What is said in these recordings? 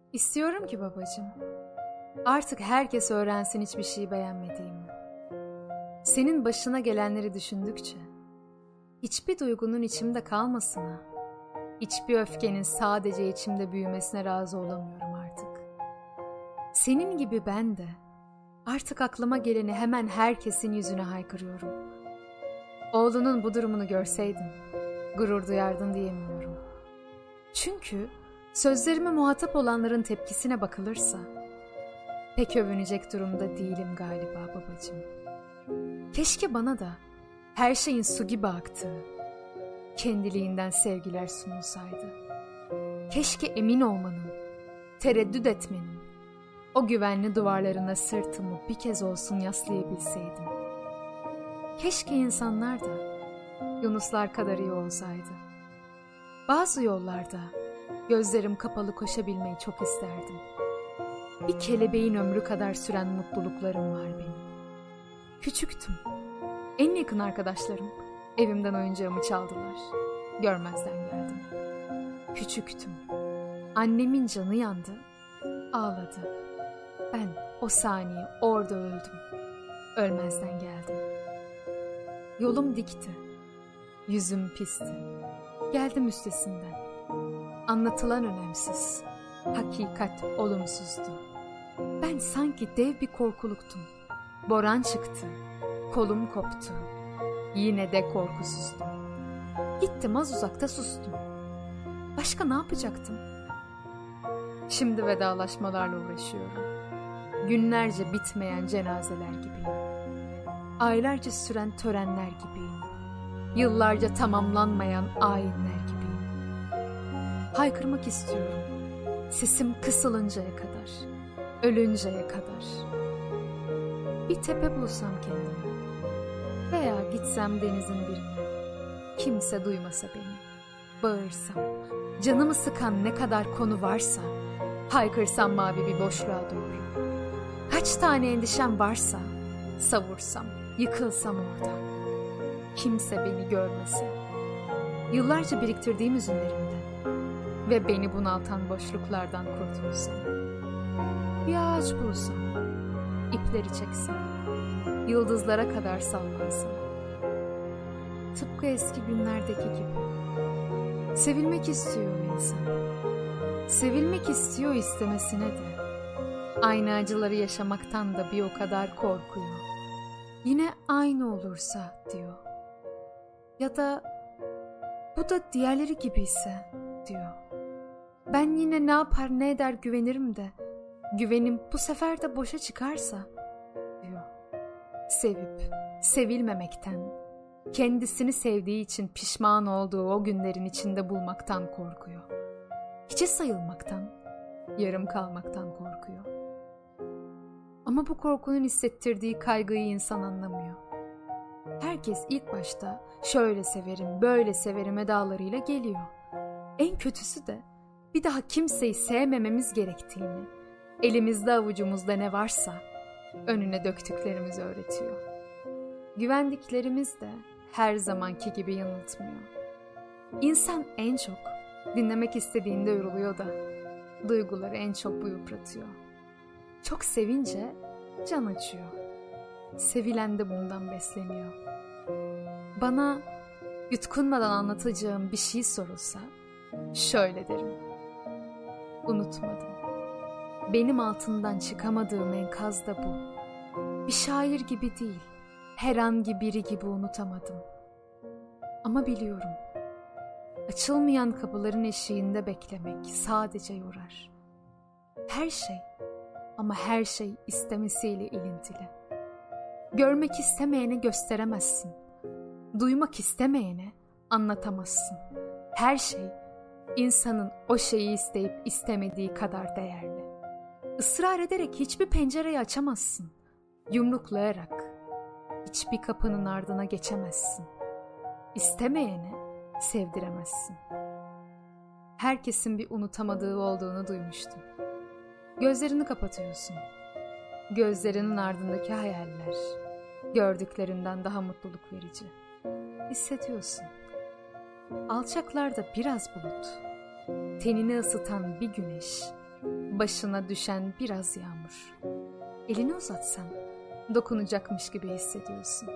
İstiyorum ki babacığım, artık herkes öğrensin hiçbir şeyi beğenmediğimi. Senin başına gelenleri düşündükçe, hiçbir duygunun içimde kalmasına, hiçbir öfkenin sadece içimde büyümesine razı olamıyorum artık. Senin gibi ben de artık aklıma geleni hemen herkesin yüzüne haykırıyorum. Oğlunun bu durumunu görseydin, gurur duyardın diyemiyorum. Çünkü sözlerime muhatap olanların tepkisine bakılırsa, pek övünecek durumda değilim galiba babacığım. Keşke bana da her şeyin su gibi aktığı, kendiliğinden sevgiler sunulsaydı. Keşke emin olmanın, tereddüt etmenin, o güvenli duvarlarına sırtımı bir kez olsun yaslayabilseydim. Keşke insanlar da Yunuslar kadar iyi olsaydı. Bazı yollarda gözlerim kapalı koşabilmeyi çok isterdim. Bir kelebeğin ömrü kadar süren mutluluklarım var benim. Küçüktüm. En yakın arkadaşlarım evimden oyuncağımı çaldılar. Görmezden geldim. Küçüktüm. Annemin canı yandı, ağladı. Ben o saniye orada öldüm. Ölmezden geldim. Yolum dikti. Yüzüm pisti. Geldim üstesinden. Anlatılan önemsiz. Hakikat olumsuzdu. Ben sanki dev bir korkuluktum. Boran çıktı. Kolum koptu. Yine de korkusuzdum. Gittim az uzakta sustum. Başka ne yapacaktım? Şimdi vedalaşmalarla uğraşıyorum. Günlerce bitmeyen cenazeler gibiyim. Aylarca süren törenler gibiyim. Yıllarca tamamlanmayan ayinler gibiyim. Haykırmak istiyorum. Sesim kısılıncaya kadar, ölünceye kadar. Bir tepe bulsam kendime veya gitsem denizin birine, kimse duymasa beni, bağırsam, canımı sıkan ne kadar konu varsa, haykırsam mavi bir boşluğa doğru. Kaç tane endişem varsa, savursam, yıkılsam orada. Kimse beni görmese, yıllarca biriktirdiğim üzümlerimden ve beni bunaltan boşluklardan kurtulsam. Bir ağaç bulsam, ipleri çeksem, yıldızlara kadar sallansam. Tıpkı eski günlerdeki gibi. Sevilmek istiyor insan. Sevilmek istiyor istemesine de. Aynı acıları yaşamaktan da bir o kadar korkuyor. Yine aynı olursa diyor. Ya da bu da diğerleri gibiyse diyor. Ben yine ne yapar ne eder güvenirim de güvenim bu sefer de boşa çıkarsa diyor. Sevip sevilmemekten, kendisini sevdiği için pişman olduğu o günlerin içinde bulmaktan korkuyor. Hiçe sayılmaktan, yarım kalmaktan korkuyor. Ama bu korkunun hissettirdiği kaygıyı insan anlamıyor. Herkes ilk başta şöyle severim, böyle severim edalarıyla geliyor. En kötüsü de bir daha kimseyi sevmememiz gerektiğini, elimizde avucumuzda ne varsa önüne döktüklerimizi öğretiyor. Güvendiklerimiz de her zamanki gibi yanıltmıyor. İnsan en çok dinlemek istediğinde yoruluyor da duyguları en çok bu yıpratıyor. Çok sevince can açıyor. Sevilen de bundan besleniyor. Bana yutkunmadan anlatacağım bir şey sorulsa şöyle derim. Unutmadım. Benim altından çıkamadığım enkaz da bu. Bir şair gibi değil, herhangi biri gibi unutamadım. Ama biliyorum, açılmayan kapıların eşiğinde beklemek sadece yorar. Her şey, ama her şey istemesiyle ilintili. Görmek istemeyene gösteremezsin. Duymak istemeyene anlatamazsın. Her şey, insanın o şeyi isteyip istemediği kadar değerli. Israr ederek hiçbir pencereyi açamazsın. Yumruklayarak hiçbir kapının ardına geçemezsin. İstemeyene sevdiremezsin. Herkesin bir unutamadığı olduğunu duymuştum. Gözlerini kapatıyorsun. Gözlerinin ardındaki hayaller gördüklerinden daha mutluluk verici. Hissediyorsun. Alçaklarda biraz bulut, tenini ısıtan bir güneş Başına düşen biraz yağmur. Elini uzatsan dokunacakmış gibi hissediyorsun.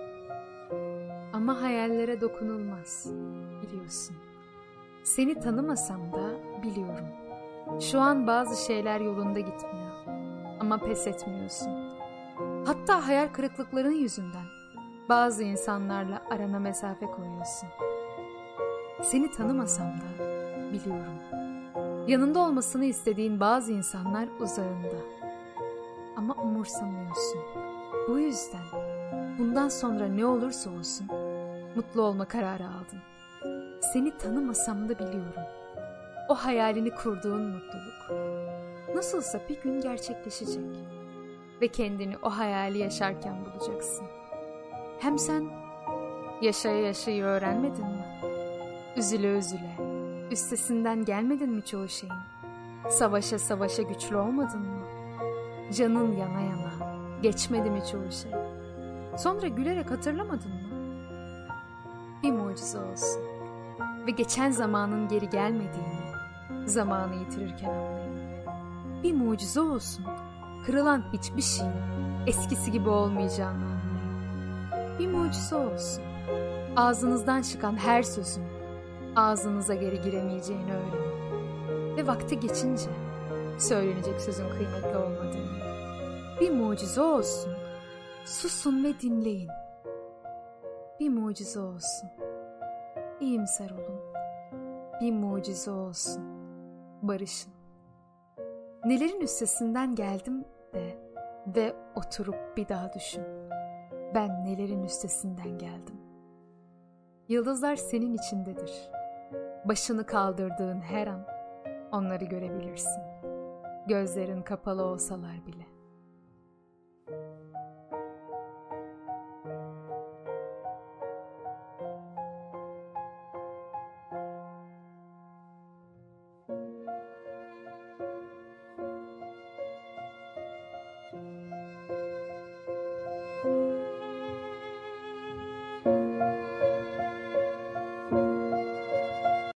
Ama hayallere dokunulmaz, biliyorsun. Seni tanımasam da biliyorum. Şu an bazı şeyler yolunda gitmiyor. Ama pes etmiyorsun. Hatta hayal kırıklıkların yüzünden bazı insanlarla arana mesafe koyuyorsun. Seni tanımasam da biliyorum. Yanında olmasını istediğin bazı insanlar uzağında. Ama umursamıyorsun. Bu yüzden bundan sonra ne olursa olsun mutlu olma kararı aldın. Seni tanımasam da biliyorum. O hayalini kurduğun mutluluk nasılsa bir gün gerçekleşecek. Ve kendini o hayali yaşarken bulacaksın. Hem sen yaşaya yaşayı öğrenmedin mi? Üzüle üzüle, üstesinden gelmedin mi çoğu şeyin? Savaşa savaşa güçlü olmadın mı? Canın yana yana, geçmedi mi çoğu şey? Sonra gülerek hatırlamadın mı? Bir mucize olsun. Ve geçen zamanın geri gelmediğini, zamanı yitirirken anlayın. Bir mucize olsun. Kırılan hiçbir şey eskisi gibi olmayacağını anlayın. Bir mucize olsun. Ağzınızdan çıkan her sözün ağzınıza geri giremeyeceğini öğrenin. Ve vakti geçince söylenecek sözün kıymetli olmadığını. Bir mucize olsun. Susun ve dinleyin. Bir mucize olsun. İyimser olun. Bir mucize olsun. Barışın. Nelerin üstesinden geldim de ve oturup bir daha düşün. Ben nelerin üstesinden geldim. Yıldızlar senin içindedir. Başını kaldırdığın her an onları görebilirsin. Gözlerin kapalı olsalar bile.